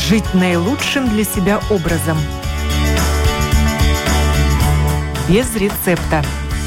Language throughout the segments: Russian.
Жить наилучшим для себя образом. Без рецепта.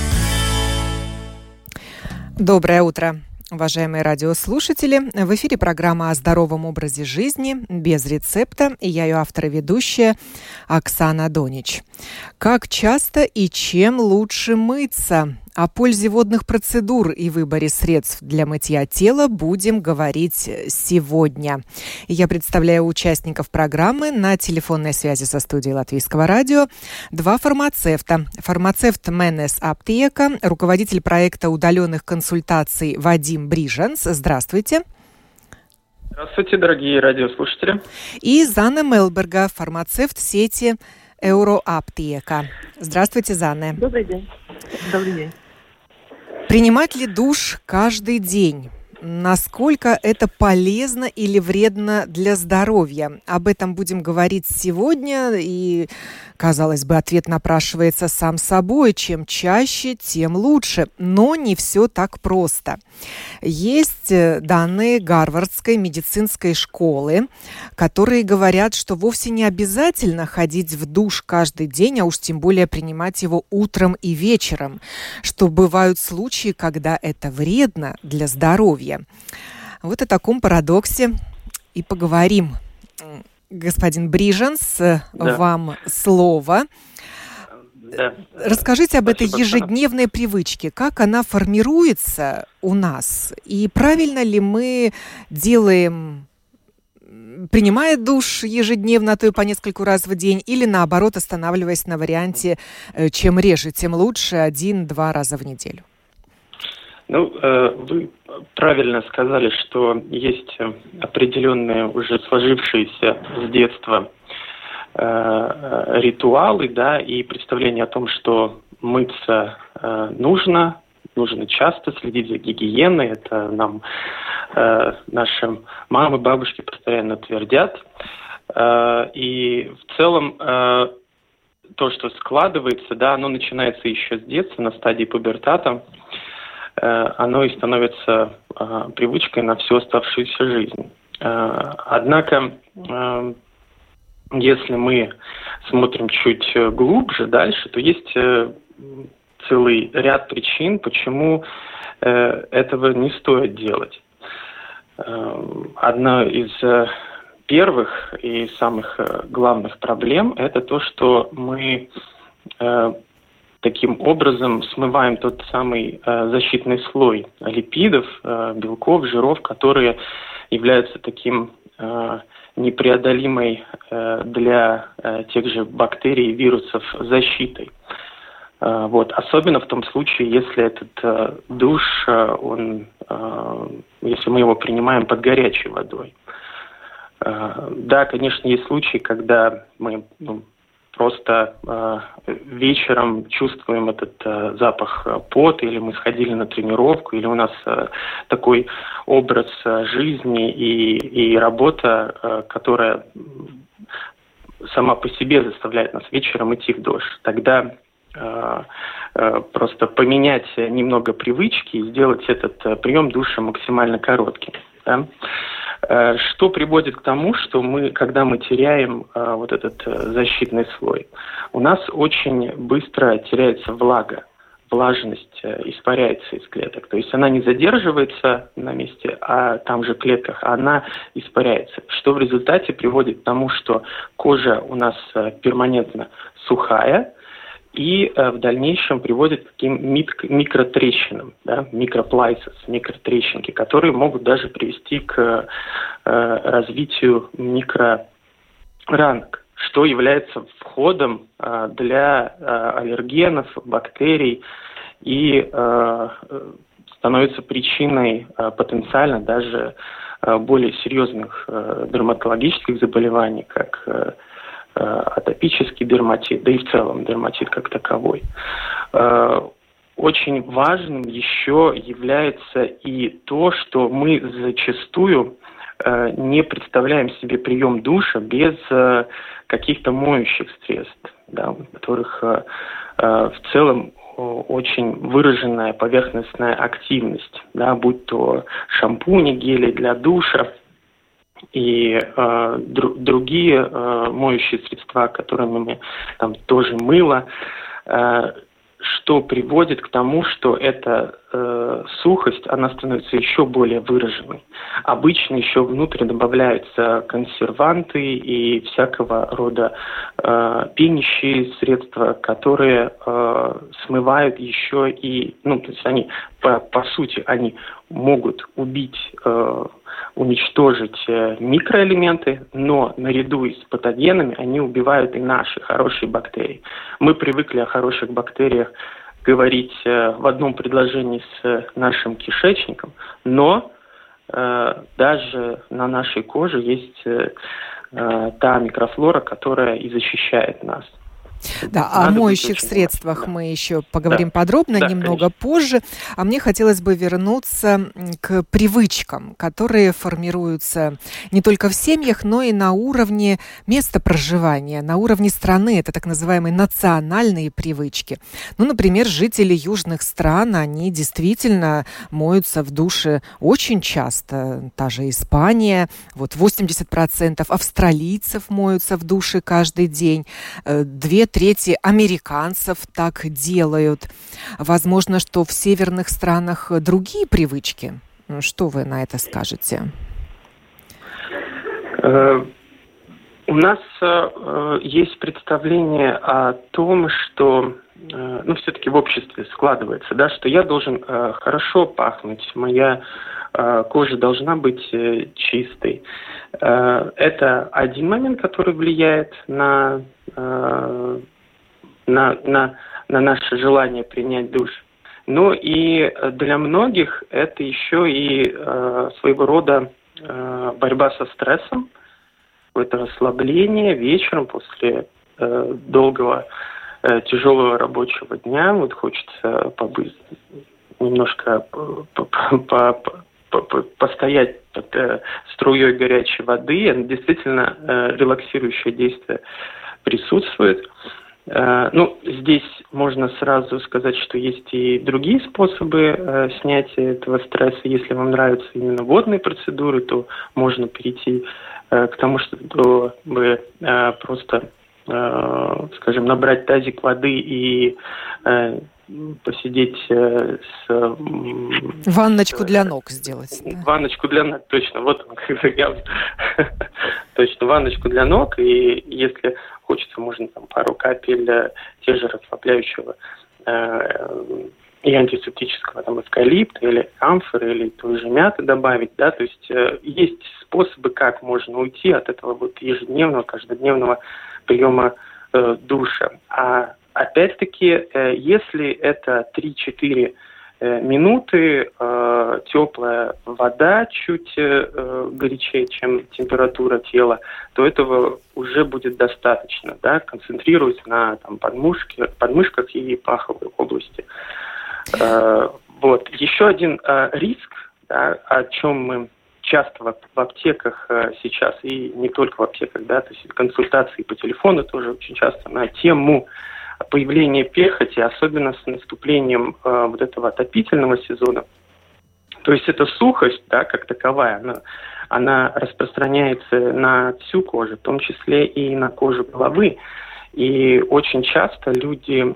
Доброе утро, уважаемые радиослушатели. В эфире программа о здоровом образе жизни без рецепта. И я ее автор и ведущая Оксана Донич. Как часто и чем лучше мыться? О пользе водных процедур и выборе средств для мытья тела будем говорить сегодня. Я представляю участников программы на телефонной связи со студией Латвийского радио. Два фармацевта. Фармацевт Менес Аптека, руководитель проекта удаленных консультаций Вадим Брижанс. Здравствуйте. Здравствуйте, дорогие радиослушатели. И Занна Мелберга, фармацевт сети Euroapteka. Здравствуйте, Занна. Добрый день. Добрый день. Принимать ли душ каждый день? Насколько это полезно или вредно для здоровья? Об этом будем говорить сегодня. И, казалось бы, ответ напрашивается сам собой. Чем чаще, тем лучше. Но не все так просто. Есть данные Гарвардской медицинской школы, которые говорят, что вовсе не обязательно ходить в душ каждый день, а уж тем более принимать его утром и вечером. Что бывают случаи, когда это вредно для здоровья. Вот о таком парадоксе и поговорим. Господин Брижанс, вам слово. Да. Расскажите об этой Спасибо, ежедневной привычке. Как она формируется у нас? И правильно ли мы делаем, принимая душ ежедневно, а то и по нескольку раз в день, или наоборот, останавливаясь на варианте чем реже, тем лучше, 1-2 раза в неделю? Вы правильно сказали, что есть определенные уже сложившиеся с детства ритуалы, да, и представление о том, что мыться нужно часто, следить за гигиеной. Это нам наши мамы, бабушки постоянно твердят. И в целом то, что складывается, да, оно начинается еще с детства, на стадии пубертата. Оно и становится привычкой на всю оставшуюся жизнь. Однако, если мы смотрим чуть глубже, дальше, то есть целый ряд причин, почему этого не стоит делать. Одна из первых и самых главных проблем – это то, что мы таким образом смываем тот самый защитный слой липидов, белков, жиров, которые являются таким непреодолимой для тех же бактерий и вирусов защитой. Особенно в том случае, если этот душ, если мы его принимаем под горячей водой. Да, конечно, есть случаи, когда мы просто вечером чувствуем этот запах пота, или мы сходили на тренировку, или у нас такой образ жизни и работа, которая сама по себе заставляет нас вечером идти в душ. Тогда просто поменять немного привычки и сделать этот прием душа максимально коротким. Да? Что приводит к тому, что когда мы теряем вот этот защитный слой, у нас очень быстро теряется влажность испаряется из клеток. То есть она не задерживается на месте, а там же в клетках, она испаряется. Что в результате приводит к тому, что кожа у нас перманентно сухая, и в дальнейшем приводит к таким микротрещинам, да, микротрещинки, которые могут даже привести к развитию микроранок, что является входом для аллергенов, бактерий и становится причиной потенциально даже более серьезных дерматологических заболеваний, как атопический дерматит, да и в целом дерматит как таковой. Очень важным еще является и то, что мы зачастую не представляем себе прием душа без каких-то моющих средств, да, у которых в целом очень выраженная поверхностная активность, да, будь то шампуни, гели для душа и другие моющие средства, которыми мы там тоже мыло, что приводит к тому, что эта сухость, она становится еще более выраженной. Обычно еще внутрь добавляются консерванты и всякого рода пенящие средства, которые смывают еще и, то есть они, по сути, они могут убить, уничтожить микроэлементы, но наряду с патогенами они убивают и наши хорошие бактерии. Мы привыкли о хороших бактериях говорить в одном предложении с нашим кишечником, но даже на нашей коже есть та микрофлора, которая и защищает нас. Да, о моющих средствах мы еще поговорим подробно немного позже. А мне хотелось бы вернуться к привычкам, которые формируются не только в семьях, но и на уровне места проживания, на уровне страны. Это так называемые национальные привычки. Например, жители южных стран, они действительно моются в душе очень часто. Та же Испания, 80% австралийцев моются в душе каждый день. 2/3 американцев так делают. Возможно, что в северных странах другие привычки. Что вы на это скажете? У нас есть представление о том, что все-таки в обществе складывается, что я должен хорошо пахнуть, моя кожа должна быть чистой. Это один момент, который влияет на наше желание принять душ. Но и для многих это еще и своего рода борьба со стрессом, какое-то расслабление вечером после долгого тяжелого рабочего дня. Хочется немножко постоять под струей горячей воды. Действительно, релаксирующее действие присутствует. Здесь можно сразу сказать, что есть и другие способы снятия этого стресса. Если вам нравятся именно водные процедуры, то можно перейти к тому, чтобы просто, набрать тазик воды и посидеть ванночку для ног сделать. Ванночку для ног, точно. Точно, ванночку для ног. И если хочется, можно пару капель те же расслабляющего и антисептического эвкалипта или камфоры или той же мяты добавить. То есть есть способы, как можно уйти от этого ежедневного, каждодневного приема душа. А опять-таки, если это 3-4 минуты, теплая вода чуть горячее, чем температура тела, то этого уже будет достаточно, концентрируясь на подмышках и паховой области. Еще один риск, о чем мы часто в аптеках сейчас, и не только в аптеках, то есть консультации по телефону тоже очень часто на тему появления перхоти, особенно с наступлением этого отопительного сезона. То есть эта сухость, как таковая, она распространяется на всю кожу, в том числе и на кожу головы. И очень часто люди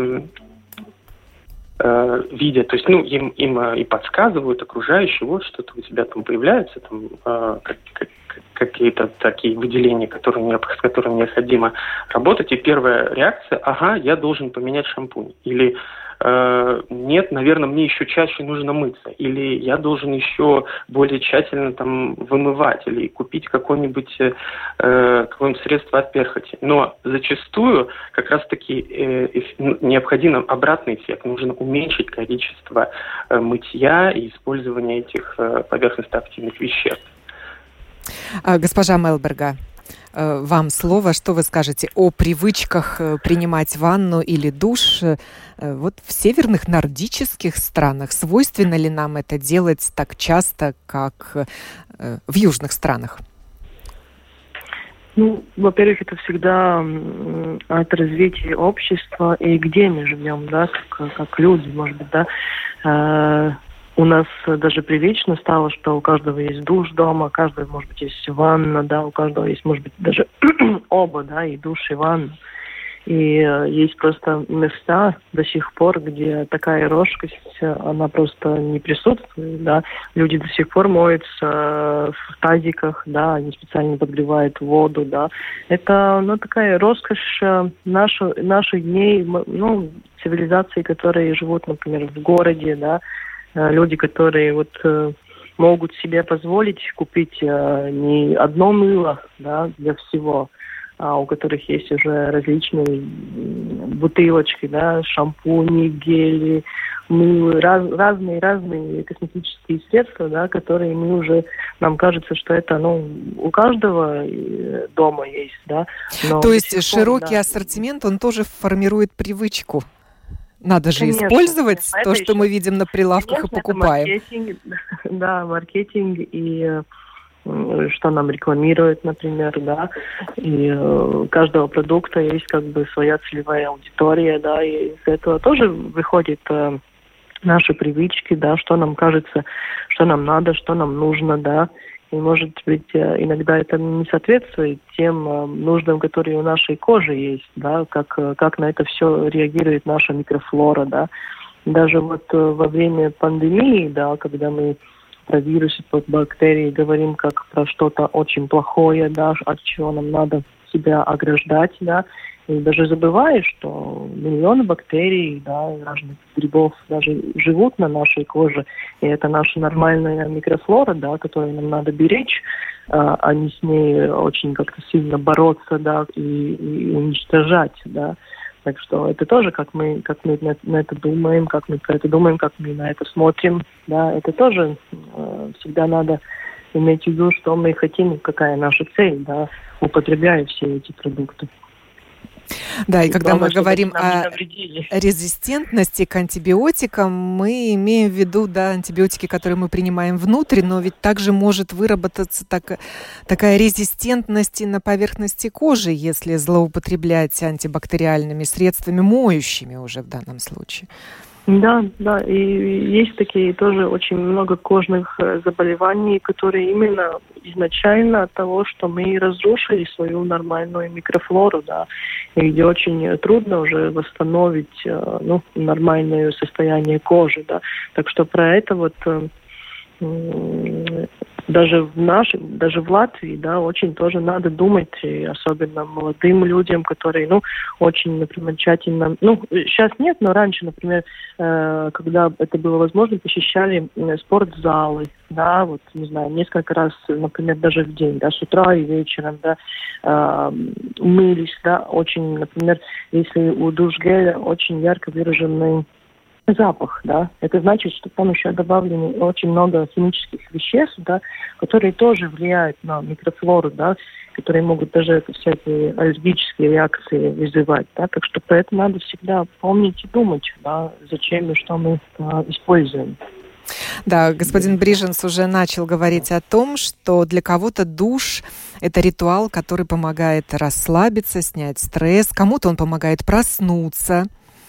видят, то есть, им и подсказывают окружающие, что-то у тебя там появляется, какие-то такие выделения, с которыми необходимо работать. И первая реакция: я должен поменять шампунь. Или нет, наверное, мне еще чаще нужно мыться. Или я должен еще более тщательно вымывать. Или купить какое-нибудь средство от перхоти. Но зачастую как раз-таки необходим обратный эффект. Нужно уменьшить количество мытья и использования этих поверхностно-активных веществ. Госпожа Мелберга, вам слово. Что вы скажете о привычках принимать ванну или душ в северных нордических странах? Свойственно ли нам это делать так часто, как в южных странах? Во-первых, это всегда от развития общества и где мы живем, как люди, может быть, у нас даже привычно стало, что у каждого есть душ дома, у каждого, может быть, есть ванна, да, у каждого есть, может быть, даже оба, да, и душ, и ванна. И есть просто места до сих пор, где такая роскошь, она просто не присутствует, да. Люди до сих пор моются в тазиках, да, они специально подогревают воду, да. Это, такая роскошь наших дней, цивилизации, которые живут, например, в городе, да. Люди, которые могут себе позволить купить не одно мыло, да, для всего, у которых есть уже различные бутылочки, да, шампуни, гели, мыло, разные косметические средства, да, которые нам кажется, что это, у каждого дома есть, да. Но то есть широкий ассортимент, он тоже формирует привычку. Надо же использовать то, что мы видим на прилавках и покупаем. Маркетинг и что нам рекламируют, например, да, и у каждого продукта есть своя целевая аудитория, да, и из этого тоже выходят наши привычки, да, что нам кажется, что нам надо, что нам нужно, да, и, может быть, иногда это не соответствует тем нуждам, которые у нашей кожи есть, да, как на это все реагирует наша микрофлора, да. Даже во время пандемии, да, когда мы про вирусы, про бактерии говорим как про что-то очень плохое, да, от чего нам надо себя ограждать, да, и даже забываешь, что миллионы бактерий, да, разных грибов даже живут на нашей коже, и это наша нормальная микрофлора, да, которую нам надо беречь, а не с ней очень как-то сильно бороться, да, и уничтожать, да. Так что это тоже, как мы на это думаем, как мы про это думаем, как мы на это смотрим, да, это тоже всегда надо иметь в виду, что мы хотим, какая наша цель, да, употребляя все эти продукты. Да, и когда мы говорим о резистентности к антибиотикам, мы имеем в виду, да, антибиотики, которые мы принимаем внутрь, но ведь также может выработаться такая резистентность и на поверхности кожи, если злоупотреблять антибактериальными средствами, моющими уже в данном случае. Да, и есть такие тоже очень много кожных заболеваний, которые именно изначально от того, что мы разрушили свою нормальную микрофлору, да, и где очень трудно уже восстановить, нормальное состояние кожи, да. Так что про это даже в Латвии, да, очень тоже надо думать, и особенно молодым людям, которые, очень, например, тщательно, сейчас нет, но раньше, например, когда это было возможно, посещали спортзалы, да, не знаю, несколько раз, например, даже в день, да, с утра и вечером, да, мылись, да, очень, например, если у душгеля очень ярко выраженный запах, да, это значит, что там еще добавлено очень много химических веществ, да, которые тоже влияют на микрофлору, да, которые могут даже всякие аллергические реакции вызывать, да, так что про это надо всегда помнить и думать, да, зачем и что мы используем. Да, господин Бриженс уже начал говорить о том, что для кого-то душ – это ритуал, который помогает расслабиться, снять стресс, кому-то он помогает проснуться.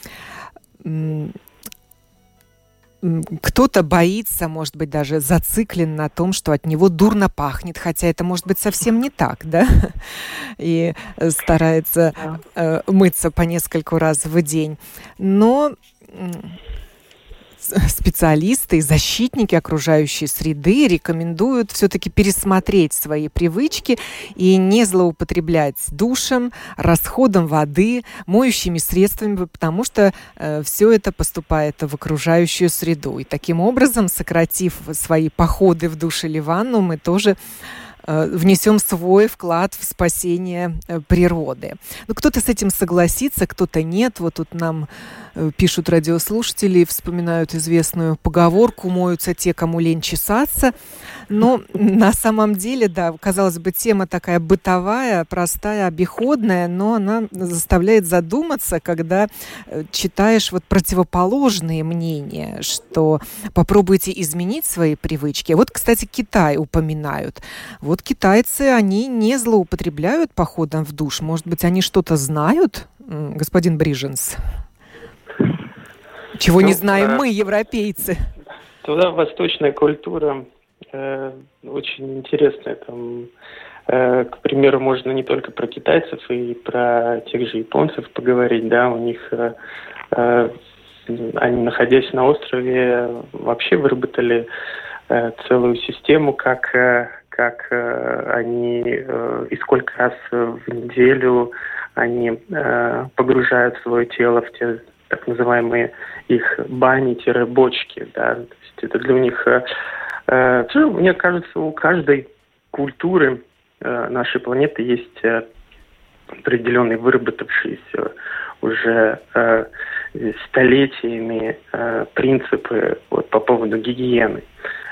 Кто-то боится, может быть, даже зациклен на том, что от него дурно пахнет, хотя это может быть совсем не так, да? И старается мыться по нескольку раз в день. Но специалисты и защитники окружающей среды рекомендуют все-таки пересмотреть свои привычки и не злоупотреблять душем, расходом воды, моющими средствами, потому что все это поступает в окружающую среду. И таким образом, сократив свои походы в душ или ванну, мы тоже внесем свой вклад в спасение природы. Кто-то с этим согласится, кто-то нет. Вот тут нам пишут радиослушатели, вспоминают известную поговорку «моются те, кому лень чесаться». Но на самом деле, да, казалось бы, тема такая бытовая, простая, обиходная, но она заставляет задуматься, когда читаешь противоположные мнения, что попробуйте изменить свои привычки. Вот, кстати, Китай упоминают. Вот китайцы, они не злоупотребляют походом в душ. Может быть, они что-то знают, господин Бриженс? Чего не знаем мы, европейцы? Туда восточная культура очень интересная. Там, к примеру, можно не только про китайцев и про тех же японцев поговорить, да, у них они, находясь на острове, вообще выработали целую систему, как они и сколько раз в неделю они погружают свое тело в те так называемые их бани-бочки, да, то есть это для них, мне кажется, у каждой культуры нашей планеты есть определенные выработавшиеся уже столетиями принципы вот, по поводу гигиены.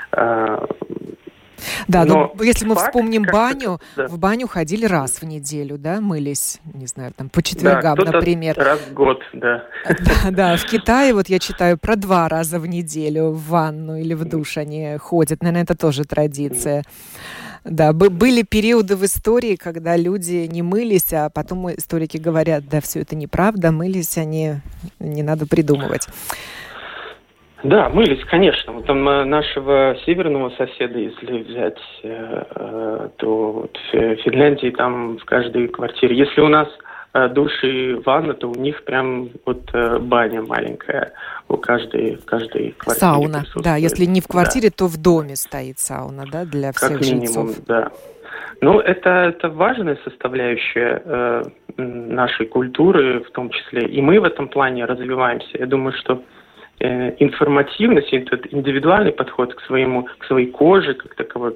Да, но если мы вспомним баню, да. В баню ходили раз в неделю, да, мылись, не знаю, там по четвергам, да, например. Раз в год, да. Да, в Китае, вот я читаю, про 2 раза в неделю в ванну или в душ они ходят. Наверное, это тоже традиция. Да, были периоды в истории, когда люди не мылись, а потом историки говорят, да, все это неправда, мылись они, не надо придумывать. Да, мылись, конечно. Вот там нашего северного соседа, если взять, то вот в Финляндии там в каждой квартире. Если у нас душ и ванна, то у них прям вот баня маленькая в каждой квартире. Сауна, да. Если не в квартире, да, то в доме стоит сауна, да, для всех как минимум, жильцов. Да. Ну, это важная составляющая нашей культуры, в том числе. И мы в этом плане развиваемся. Я думаю, что информативность, этот индивидуальный подход к своей коже, как таковой,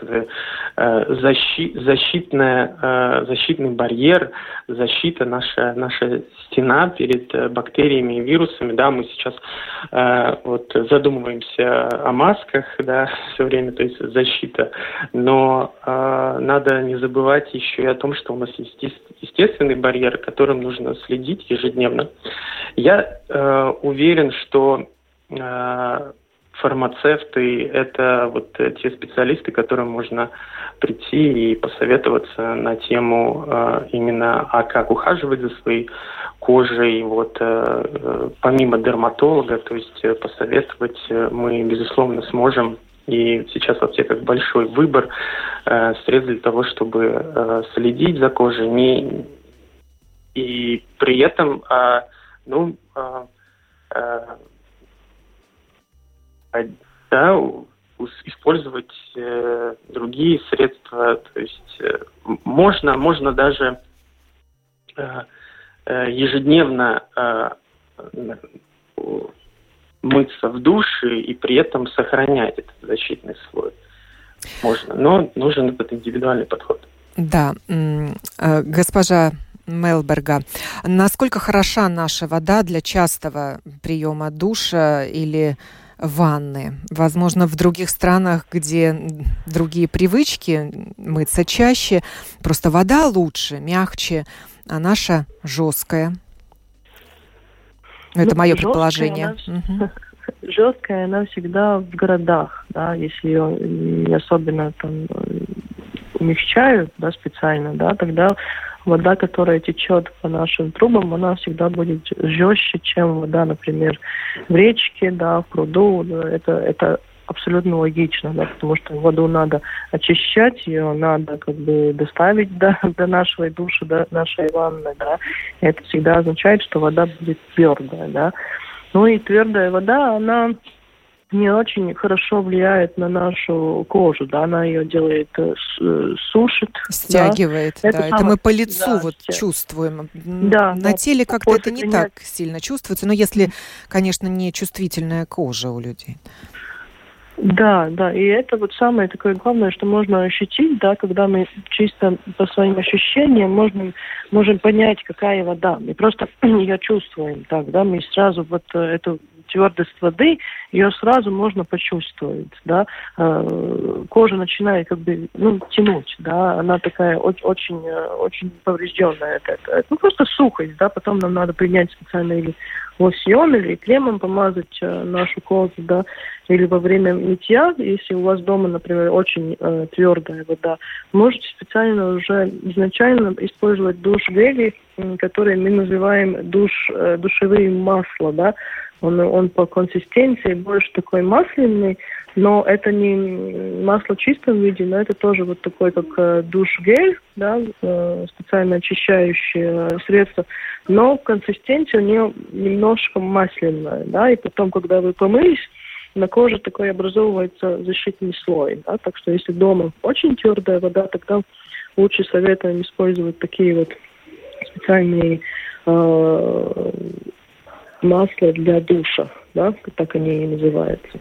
защитный барьер, защита, наша стена перед бактериями и вирусами. Да, мы сейчас вот задумываемся о масках, да, все время, то есть защита, но надо не забывать еще и о том, что у нас есть естественный барьер, которым нужно следить ежедневно. Я уверен, что фармацевты – это вот те специалисты, к которым можно прийти и посоветоваться на тему именно, как ухаживать за своей кожей. Вот, помимо дерматолога, то есть посоветовать мы, безусловно, сможем. И сейчас в аптеках большой выбор средств для того, чтобы следить за кожей. И при этом да, использовать другие средства. То есть можно даже ежедневно мыться в душе и при этом сохранять этот защитный слой. Можно, но нужен этот индивидуальный подход. Да, госпожа Мелберга, насколько хороша наша вода для частого приема душа или ванны? Возможно, в других странах, где другие привычки, мыться чаще, просто вода лучше, мягче, а наша жесткая. Это мое предположение. Жесткая она всегда в городах, да, если ее не особенно там умягчают, да, специально, да, тогда вода, которая течет по нашим трубам, она всегда будет жестче, чем вода, например, в речке, да, в пруду. Да, это абсолютно логично, да, потому что воду надо очищать, ее надо как бы доставить до нашей души, до нашей ванны, да. И это всегда означает, что вода будет твердая, да. Ну и твердая вода, она не очень хорошо влияет на нашу кожу, да, она ее делает, сушит. Стягивает, да. Это мы по лицу вот чувствуем. Да, на теле как-то это не так сильно чувствуется, но если, конечно, не чувствительная кожа у людей. Да, и это вот самое такое главное, что можно ощутить, да, когда мы чисто по своим ощущениям можем понять, какая вода. Мы просто ее чувствуем, так, да, мы сразу вот эту твердость воды, ее сразу можно почувствовать, да. Кожа начинает как бы, тянуть, да, она такая очень поврежденная. Ну, просто сухость, да, потом нам надо принять специально или лосьон или кремом помазать нашу кожу, да, или во время мытья, если у вас дома, например, очень твердая вода, можете специально уже изначально использовать душ-гели, которые мы называем душевые масла, да. Он по консистенции больше такой масляный, но это не масло в чистом виде, но это тоже вот такой, как душ-гель, да, специально очищающее средство, но консистенция у нее немножко масляная, да, и потом, когда вы помылись, на коже такой образовывается защитный слой, да, так что если дома очень твердая вода, тогда лучше советуем использовать такие вот специальные масла для душа, да, так они и называются.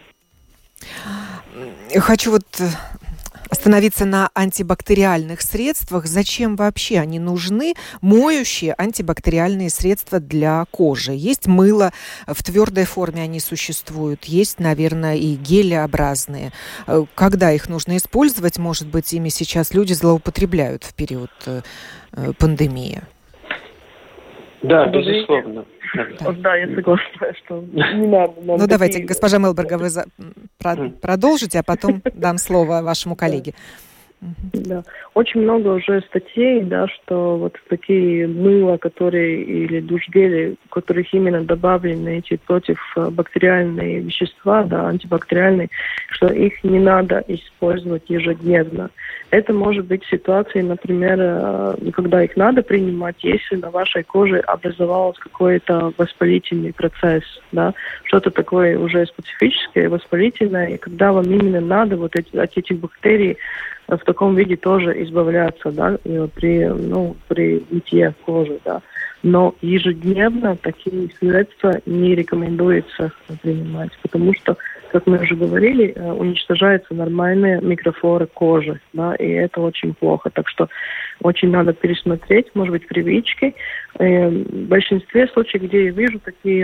Хочу вот остановиться на антибактериальных средствах. Зачем вообще они нужны, моющие антибактериальные средства для кожи? Есть мыло, в твердой форме они существуют, есть, наверное, и гелеобразные. Когда их нужно использовать? Может быть, ими сейчас люди злоупотребляют в период пандемии? Да, безусловно. Да, я согласна, что не надо. Ну, давайте, госпожа Мелберга, вы продолжите, а потом дам слово вашему коллеге. Да, очень много уже статей, да, что вот такие мыла, которые или душ-гели, в которых именно добавлены эти противобактериальные вещества, да, антибактериальные, что их не надо использовать ежедневно. Это может быть ситуация, например, когда их надо принимать, если на вашей коже образовался какой-то воспалительный процесс, да, что-то такое уже специфическое, воспалительное, и когда вам именно надо вот от этих бактерий в таком виде тоже избавляться, да, при мытье кожи, да. Но ежедневно такие средства не рекомендуется принимать, потому что, как мы уже говорили, уничтожаются нормальные микрофлоры кожи, да, и это очень плохо. Так что очень надо пересмотреть, может быть, привычки. В большинстве случаев, где я вижу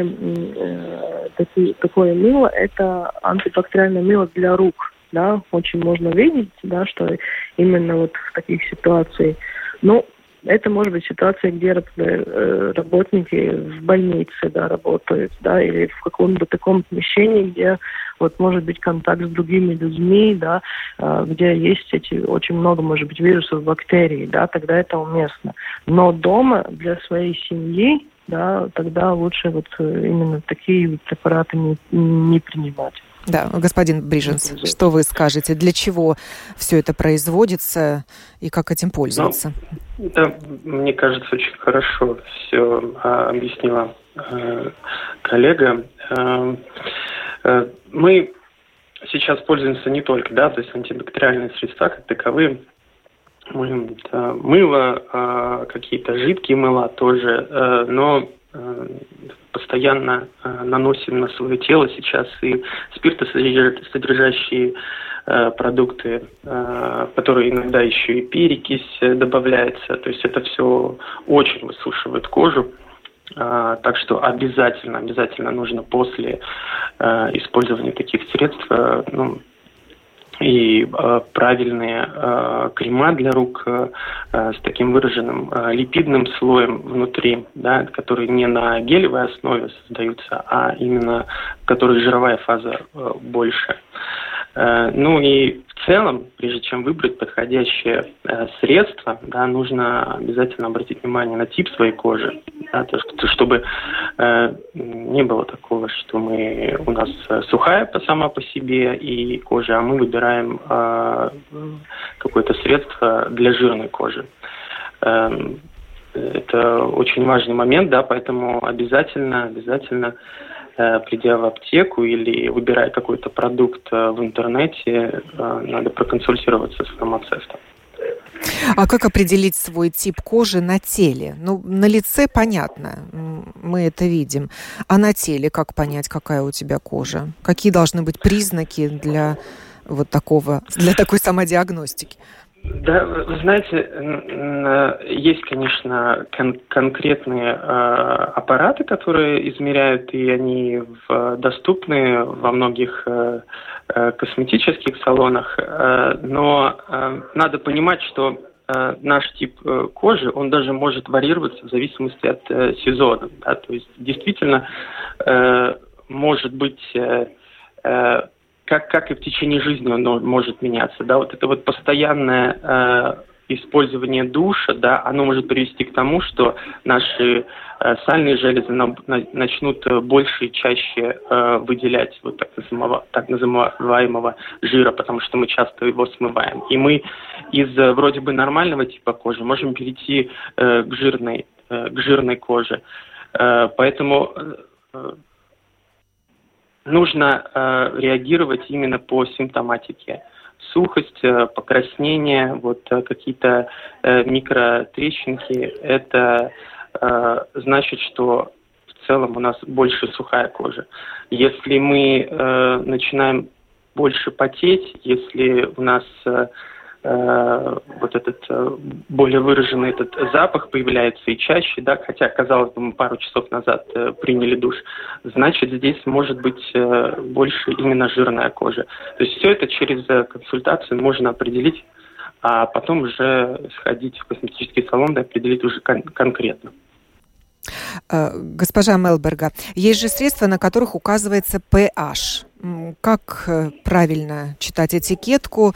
такое мыло, это антибактериальное мыло для рук. Да, очень можно видеть, да, что именно вот в таких ситуациях. Ну, это может быть ситуация, где работники в больнице, да, работают, да, или в каком-то таком помещении, где вот может быть контакт с другими людьми, да, где есть очень много, может быть, вирусов, бактерий, да, тогда это уместно. Но дома для своей семьи, да, тогда лучше вот именно такие препараты не принимать. Да, господин Бриженс, что вы скажете? Для чего все это производится и как этим пользоваться? Да, мне кажется, очень хорошо все объяснила коллега. Мы сейчас пользуемся не только, да, то есть антибактериальные средства как таковые, мыло, какие-то жидкие мыла тоже, но постоянно наносим на свое тело сейчас и спиртосодержащие продукты, которые иногда еще и перекись добавляется. То есть это все очень высушивает кожу. Так что обязательно нужно после использования таких средств и правильные крема для рук с таким выраженным липидным слоем внутри, да, которые не на гелевой основе создаются, а именно в которых жировая фаза больше. Ну и в целом, прежде чем выбрать подходящее средство, да, нужно обязательно обратить внимание на тип своей кожи, да, чтобы не было такого, что у нас сухая сама по себе и кожа, а мы выбираем какое-то средство для жирной кожи. Это очень важный момент, да, поэтому обязательно придя в аптеку или выбирая какой-то продукт в интернете, надо проконсультироваться с фармацевтом. А как определить свой тип кожи на теле? Ну, на лице понятно, мы это видим. А на теле как понять, какая у тебя кожа? Какие должны быть признаки для такой самодиагностики? Да, вы знаете, есть, конечно, конкретные аппараты, которые измеряют, и они доступны во многих косметических салонах, но надо понимать, что наш тип кожи, он даже может варьироваться в зависимости от сезона. Да? То есть действительно может быть, как и в течение жизни он может меняться. Да? Вот это вот постоянное использование душа, да, оно может привести к тому, что наши сальные железы начнут больше и чаще выделять вот так называемого жира, потому что мы часто его смываем. И мы из вроде бы нормального типа кожи можем перейти к жирной коже. Поэтому нужно реагировать именно по симптоматике. Сухость, покраснение, вот какие-то микротрещинки, это значит, что в целом у нас больше сухая кожа. Если мы начинаем больше потеть, если у нас вот этот более выраженный этот запах появляется и чаще, да, хотя, казалось бы, мы пару часов назад приняли душ, значит, здесь может быть больше именно жирная кожа. То есть все это через консультацию можно определить, а потом уже сходить в косметический салон и определить уже конкретно. Госпожа Мелберга, есть же средства, на которых указывается pH. Как правильно читать этикетку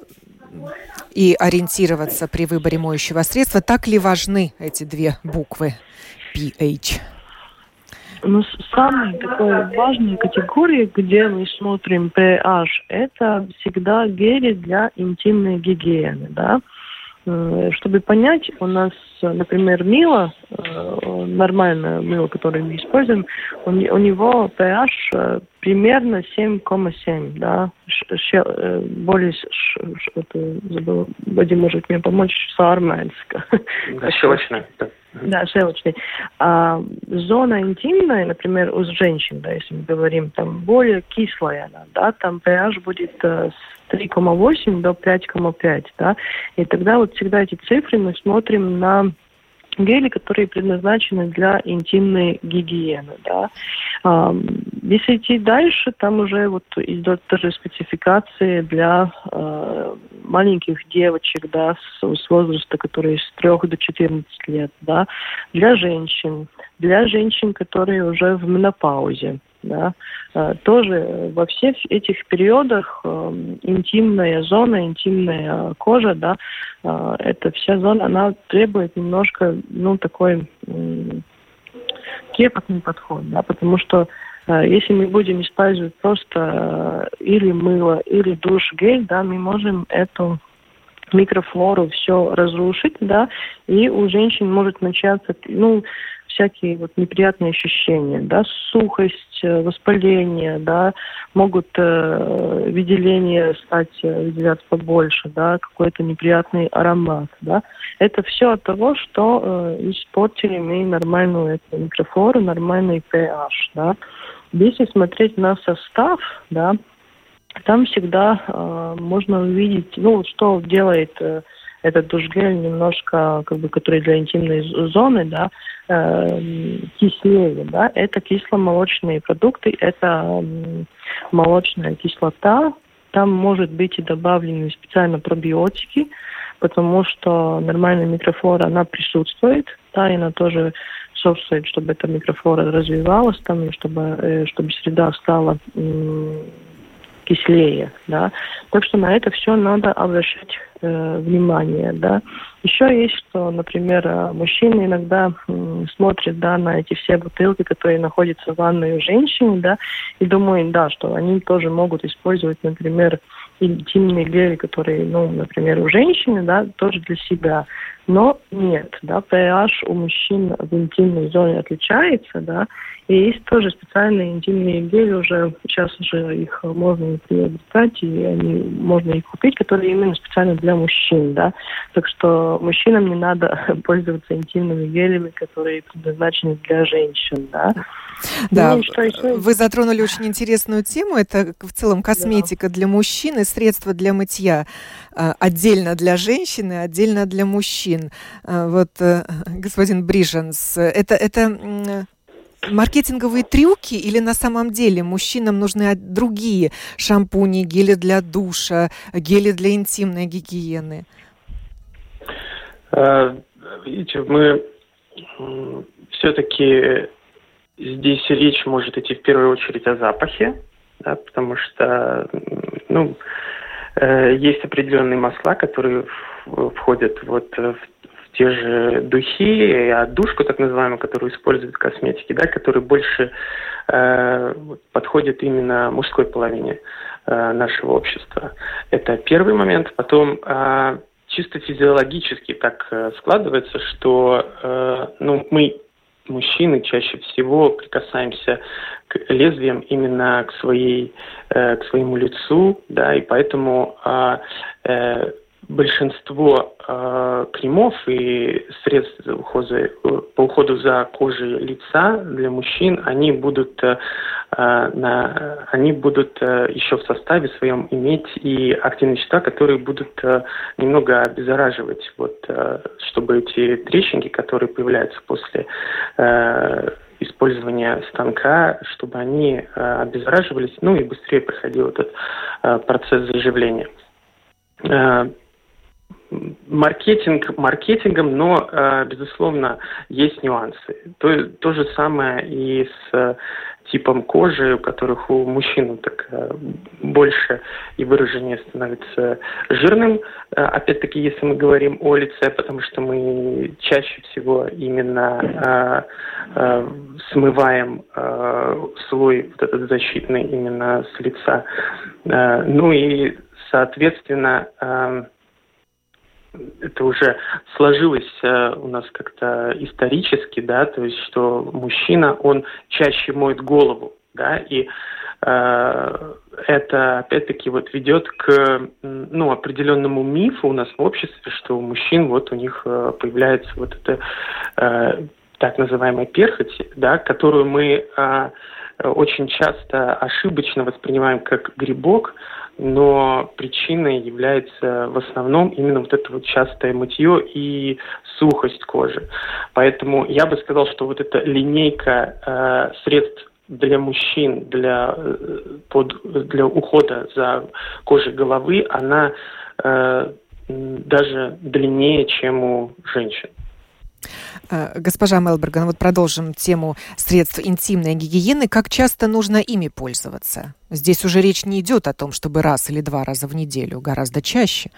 и ориентироваться при выборе моющего средства? Так ли важны эти две буквы pH? Ну, самая такая важная категория, где мы смотрим pH, это всегда гели для интимной гигиены, да. Чтобы понять, у нас, например, мыло, нормальное мыло, которое мы используем, у него pH примерно 7,7, да, более, забыл, Вадим может мне помочь, саармянска. Да, щелочная. Да, щелочный. А зона интимная, например, у женщин, да, если мы говорим, там более кислая она, да, там pH будет с 3,8 до 5,5, да, и тогда вот всегда эти цифры мы смотрим на гели, которые предназначены для интимной гигиены, да. Если идти дальше, там уже вот идет тоже спецификации для маленьких девочек, да, с возраста, которые с 3 до 14 лет, да, для женщин, которые уже в менопаузе, да. Тоже во всех этих периодах интимная зона, интимная кожа, да, эта вся зона, она требует немножко, ну, такой трепетный подход, да, потому что если мы будем использовать просто или мыло, или душ-гель, да, мы можем эту микрофлору все разрушить, да, и у женщин может начаться, ну, всякие вот неприятные ощущения, да, сухость, воспаление, да, могут выделения выделяться побольше, да, какой-то неприятный аромат, да. Это все от того, что испортили мы нормальную эту микрофлору, нормальный pH, да. Если смотреть на состав, да, там всегда можно увидеть, ну, что делает этот душ-гель немножко, как бы, который для интимной зоны, да, кислее, да, это кисломолочные продукты, это молочная кислота, там может быть и добавлены специально пробиотики, потому что нормальная микрофлора, она присутствует, да, и она тоже способствует, чтобы эта микрофлора развивалась, там, и чтобы среда стала кислее, да. Так что на это все надо обращать внимание, да. Еще есть, что, например, мужчины иногда смотрят, да, на эти все бутылки, которые находятся в ванной у женщины, да, и думают, да, что они тоже могут использовать, например, интимные гели, которые, ну, например, у женщины, да, тоже для себя. Но нет, да, pH у мужчин в интимной зоне отличается, да, и есть тоже специальные интимные гели, уже сейчас уже их можно приобретать, и можно их купить, которые именно специально для мужчин, да. Так что мужчинам не надо пользоваться интимными гелями, которые предназначены для женщин, да. Да, вы затронули очень интересную тему. Это в целом косметика для мужчин и средства для мытья отдельно для женщин и отдельно для мужчин. Вот, господин Брижанс, это маркетинговые трюки или на самом деле мужчинам нужны другие шампуни, гели для душа, гели для интимной гигиены? Видите, мы все-таки здесь речь может идти в первую очередь о запахе, да, потому что есть определенные масла, которые входят вот в те же духи, отдушку так называемую, которую используют в косметике, да, которые больше подходят именно мужской половине нашего общества. Это первый момент. Потом чисто физиологически так складывается, что мы, мужчины, чаще всего прикасаемся к лезвиям именно к своему лицу, да, и поэтому большинство кремов и средств по уходу за кожей лица для мужчин, они будут еще в составе своем иметь и активные вещества, которые будут немного обеззараживать, чтобы эти трещинки, которые появляются после использования станка, чтобы они обеззараживались, и быстрее проходил этот процесс заживления. Маркетинг маркетингом, но, безусловно, есть нюансы. То же самое и с типом кожи, у которых у мужчин больше и выраженнее становится жирным. Опять-таки, если мы говорим о лице, потому что мы чаще всего именно смываем слой вот этот защитный именно с лица. И, соответственно, это уже сложилось у нас как-то исторически, да, то есть, что мужчина, он чаще моет голову, да, и это, опять-таки, ведет к, определенному мифу у нас в обществе, что у мужчин, у них появляется эта так называемая перхоть, да, которую мы очень часто ошибочно воспринимаем как грибок, но причиной является в основном именно это частое мытье и сухость кожи. Поэтому я бы сказал, что эта линейка средств для мужчин, для ухода за кожей головы, она даже длиннее, чем у женщин. Госпожа Мелберган, продолжим тему средств интимной гигиены. Как часто нужно ими пользоваться? Здесь уже речь не идет о том, чтобы раз или два раза в неделю, гораздо чаще.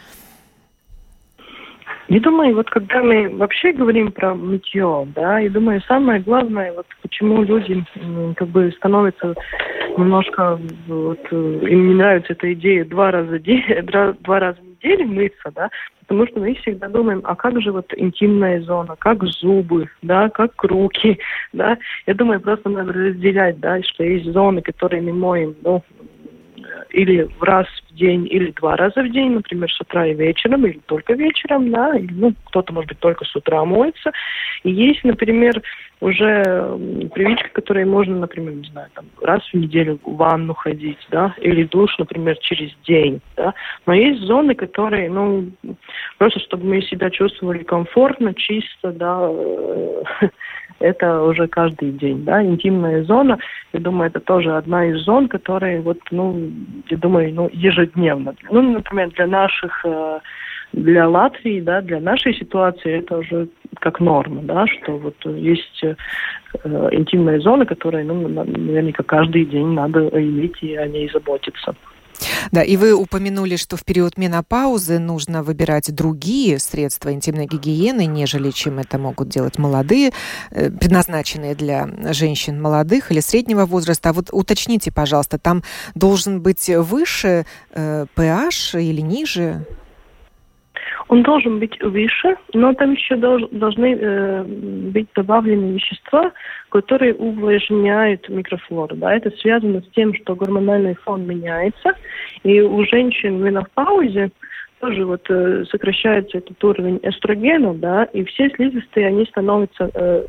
Я думаю, когда мы вообще говорим про мытье, да, я думаю, самое главное, почему люди становятся немножко, им не нравится эта идея два раза в неделю мыться, да, потому что мы всегда думаем, а как же интимная зона, как зубы, да, как руки, да. Я думаю, просто надо разделять, да, что есть зоны, которые мы моем, или раз в день, или два раза в день, например, с утра и вечером, или только вечером, да, или, кто-то, может быть, только с утра моется. И есть, например, уже привычки, которые можно, например, не знаю, раз в неделю в ванну ходить, да, или душ, например, через день, да. Но есть зоны, которые, просто чтобы мы себя чувствовали комфортно, чисто, да, это уже каждый день, да, интимная зона, я думаю, это тоже одна из зон, которые я думаю, ежедневно. Например, для Латвии, да, для нашей ситуации это уже как норма, да, что есть интимная зона, которая, наверняка каждый день надо иметь и о ней заботиться. Да, и вы упомянули, что в период менопаузы нужно выбирать другие средства интимной гигиены, нежели чем это могут делать молодые, предназначенные для женщин молодых или среднего возраста. А уточните, пожалуйста, там должен быть выше pH или ниже? Он должен быть выше, но там еще должны быть добавлены вещества, которые увлажняют микрофлору. Да? Это связано с тем, что гормональный фон меняется, и у женщин в менопаузе тоже сокращается этот уровень эстрогена, да, и все слизистые, они становятся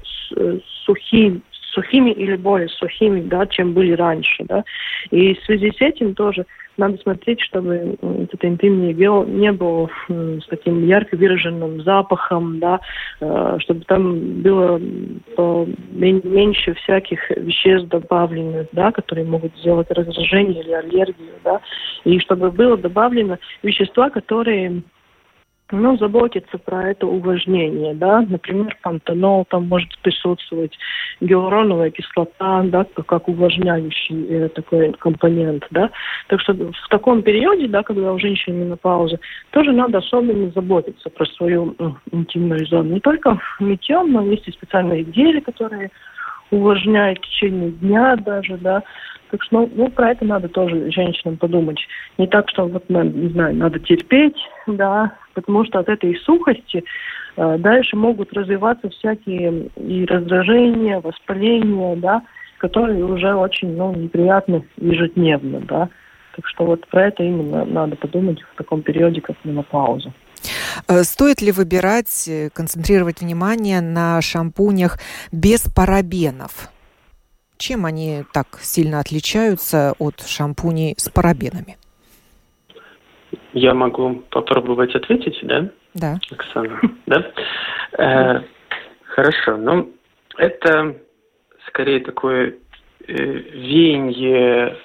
сухими или более сухими, да, чем были раньше, да. И в связи с этим тоже надо смотреть, чтобы это интимное гель не был с таким ярко выраженным запахом, да, чтобы там было меньше всяких веществ добавленных, да, которые могут сделать раздражение или аллергию, да, и чтобы было добавлено вещества, которые заботиться про это увлажнение, да, например, пантенол, там может присутствовать гиалуроновая кислота, да, как увлажняющий такой компонент, да, так что в таком периоде, да, когда у женщины менопауза, тоже надо особенно заботиться про свою интимную зону, не только мытьем, но есть и специальные гели, которые увлажняют в течение дня даже, да. Так что, про это надо тоже женщинам подумать. Не так, что, не знаю, надо терпеть, да, потому что от этой сухости дальше могут развиваться всякие и раздражения, воспаления, да, которые уже очень, неприятны ежедневно, да. Так что про это именно надо подумать в таком периоде, как менопауза. Стоит ли выбирать, концентрировать внимание на шампунях без парабенов? Чем они так сильно отличаются от шампуней с парабенами? Я могу попробовать ответить, да? Да. Оксана, да? Хорошо. Это скорее такое веяние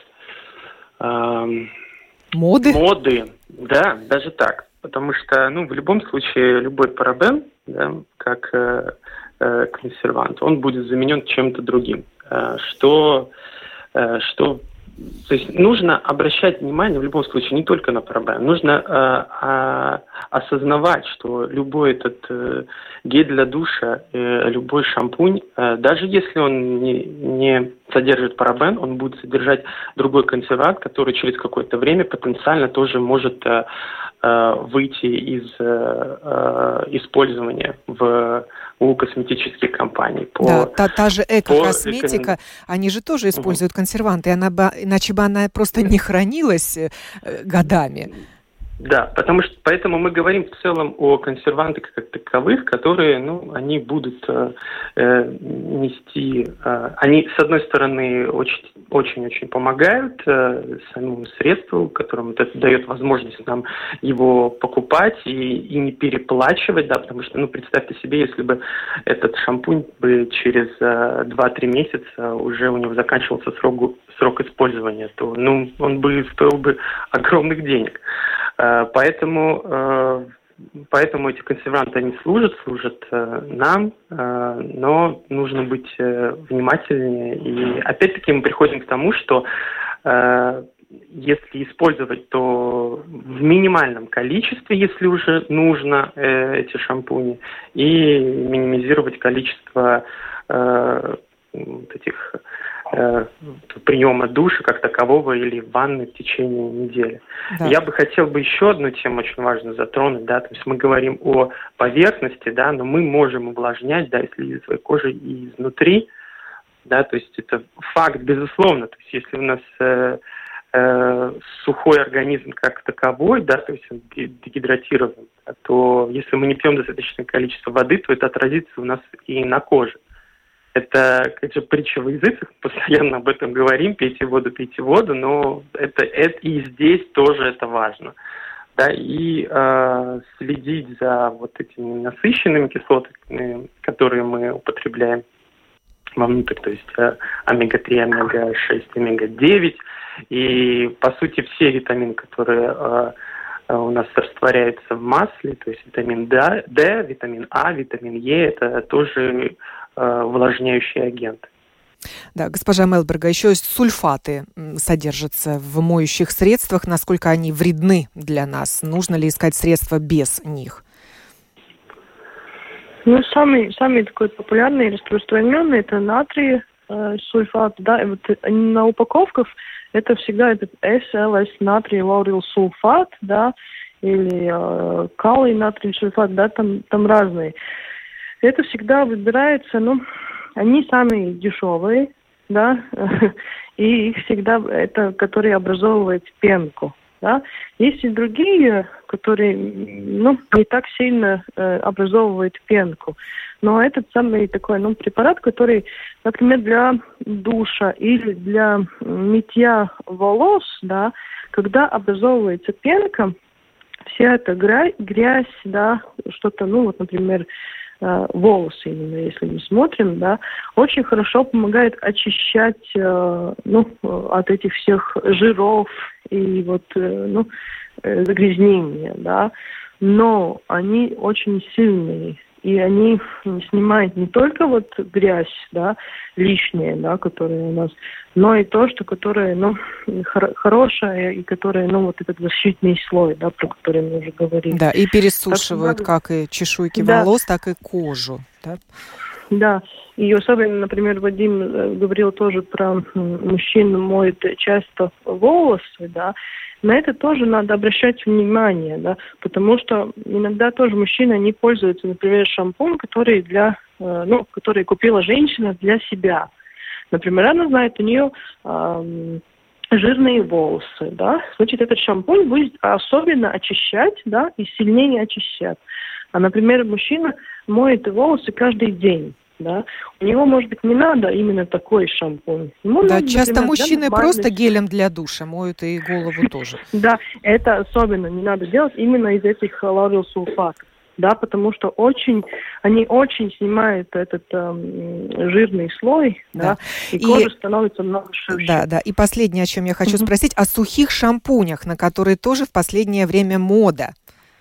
моды, да, даже так. Потому что, в любом случае, любой парабен, да, как консервант, он будет заменен чем-то другим. То есть нужно обращать внимание в любом случае не только на парабен. Нужно осознавать, что любой этот гель для душа, любой шампунь, даже если он не содержит парабен, он будет содержать другой консервант, который через какое-то время потенциально тоже может выйти из использования у косметических компаний. Та же эко-косметика, они же тоже используют консерванты, иначе бы она просто не хранилась годами. Да, поэтому мы говорим в целом о консервантах как таковых, которые, они будут нести, они, с одной стороны, очень-очень помогают самому средству, которому это дает возможность нам его покупать и не переплачивать, да, потому что, представьте себе, если бы этот шампунь бы через 2-3 месяца уже у него заканчивался срок использования, то, он бы стоил бы огромных денег. Поэтому эти консерванты, они служат нам, но нужно быть внимательнее. И опять-таки мы приходим к тому, что если использовать, то в минимальном количестве, если уже нужно эти шампуни, и минимизировать количество этих приема душа как такового или ванны в течение недели. Да. Я бы хотел еще одну тему очень важно затронуть, да, то есть мы говорим о поверхности, да, но мы можем увлажнять, да, если своей кожей и изнутри, да, то есть это факт, безусловно, то есть если у нас сухой организм как таковой, да, то есть он дегидратирован, то если мы не пьем достаточное количество воды, то это отразится у нас и на коже. Это, как же, притча во языцах, постоянно об этом говорим, пейте воду, но это и здесь тоже это важно. Да, и следить за этими насыщенными кислотами, которые мы употребляем вовнутрь, то есть омега-3, омега-6, омега-9, и, по сути, все витамины, которые у нас растворяются в масле, то есть витамин D, витамин А, витамин Е, это тоже увлажняющие агенты. Да, госпожа Мелберга, еще сульфаты содержатся в моющих средствах. Насколько они вредны для нас? Нужно ли искать средства без них? Самый такой популярный и распространенный — это натрий сульфат. Да, на упаковках это всегда этот SLS, натрий лаурил сульфат, да, или калий натрий сульфат, да, там разные. Это всегда выбирается, они самые дешевые, да, и их всегда, это, которые образовывают пенку, да. Есть и другие, которые, не так сильно образовывают пенку. Но этот самый такой, препарат, который, например, для душа или для мытья волос, да, когда образовывается пенка, вся эта грязь, да, что-то, например, волосы, именно если мы смотрим, да, очень хорошо помогает очищать, от этих всех жиров и загрязнения, да. но они очень сильные. И они снимают не только вот грязь, да, лишнее, да, которое у нас, но и то, что которое, хорошее, и которое, вот этот защитный слой, да, про который мы уже говорили. Да, и пересушивают как и чешуйки волос, так и кожу, да? Да, и особенно, например, Вадим говорил тоже про мужчин моют часто волосы, да, на это тоже надо обращать внимание, да, потому что иногда тоже мужчины, они пользуются, например, шампунь, который который купила женщина для себя. Например, она знает, у нее жирные волосы, да, значит, этот шампунь будет особенно очищать, да, и сильнее очищать. А, например, мужчина моет волосы каждый день. Да? У него, может быть, не надо именно такой шампунь. Да, часто мужчины просто гелем для душа моют и голову тоже. Да, это особенно не надо делать именно из этих лауреосульфатов. Да, потому что они очень снимают этот жирный слой, да, и кожа становится намного шершей. Да. И последнее, о чем я хочу спросить, о сухих шампунях, на которые тоже в последнее время мода.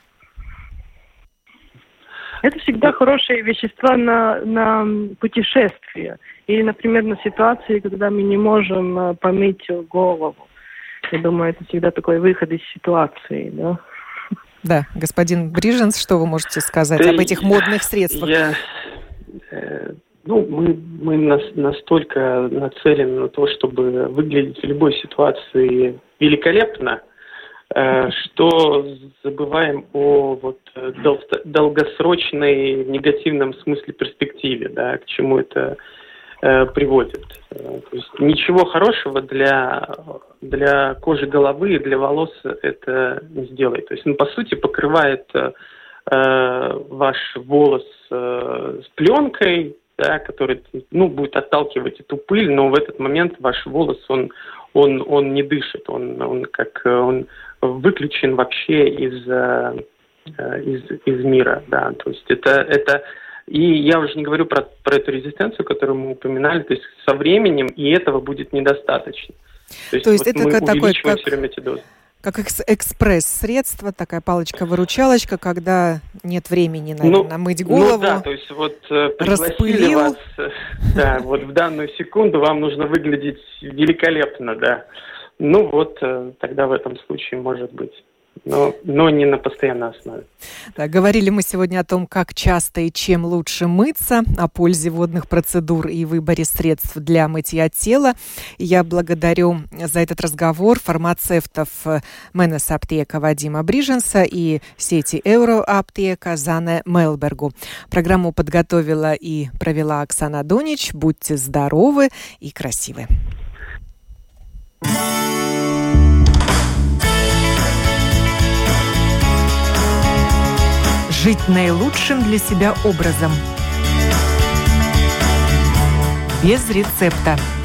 Это всегда хорошие вещества на путешествия. Или, например, на ситуации, когда мы не можем помыть голову. Я думаю, это всегда такой выход из ситуации, да. Да, господин Бриженс, что вы можете сказать об этих модных средствах? Мы настолько нацелены на то, чтобы выглядеть в любой ситуации великолепно, что забываем о долгосрочной в негативном смысле перспективе, да, к чему это приводит. То есть ничего хорошего для кожи головы и для волос это не сделает. То есть по сути покрывает ваш волос с пленкой, да, который будет отталкивать эту пыль, но в этот момент ваш волос он не дышит, он выключен вообще из мира, да, то есть это и я уже не говорю про эту резистенцию, которую мы упоминали, то есть со временем и этого будет недостаточно. То есть это мы такой, увеличиваем все время эти дозы. Как экспресс-средство, такая палочка-выручалочка, когда нет времени, наверное, мыть голову. То есть пригласили вас, в данную секунду вам нужно выглядеть великолепно, да. Тогда в этом случае может быть. Но не на постоянной основе. Да, говорили мы сегодня о том, как часто и чем лучше мыться, о пользе водных процедур и выборе средств для мытья тела. Я благодарю за этот разговор фармацевтов Менес Аптека Вадима Бриженса и сети Euroaптека Зане Мелбергу. Программу подготовила и провела Оксана Донич. Будьте здоровы и красивы. Жить наилучшим для себя образом. Без рецепта.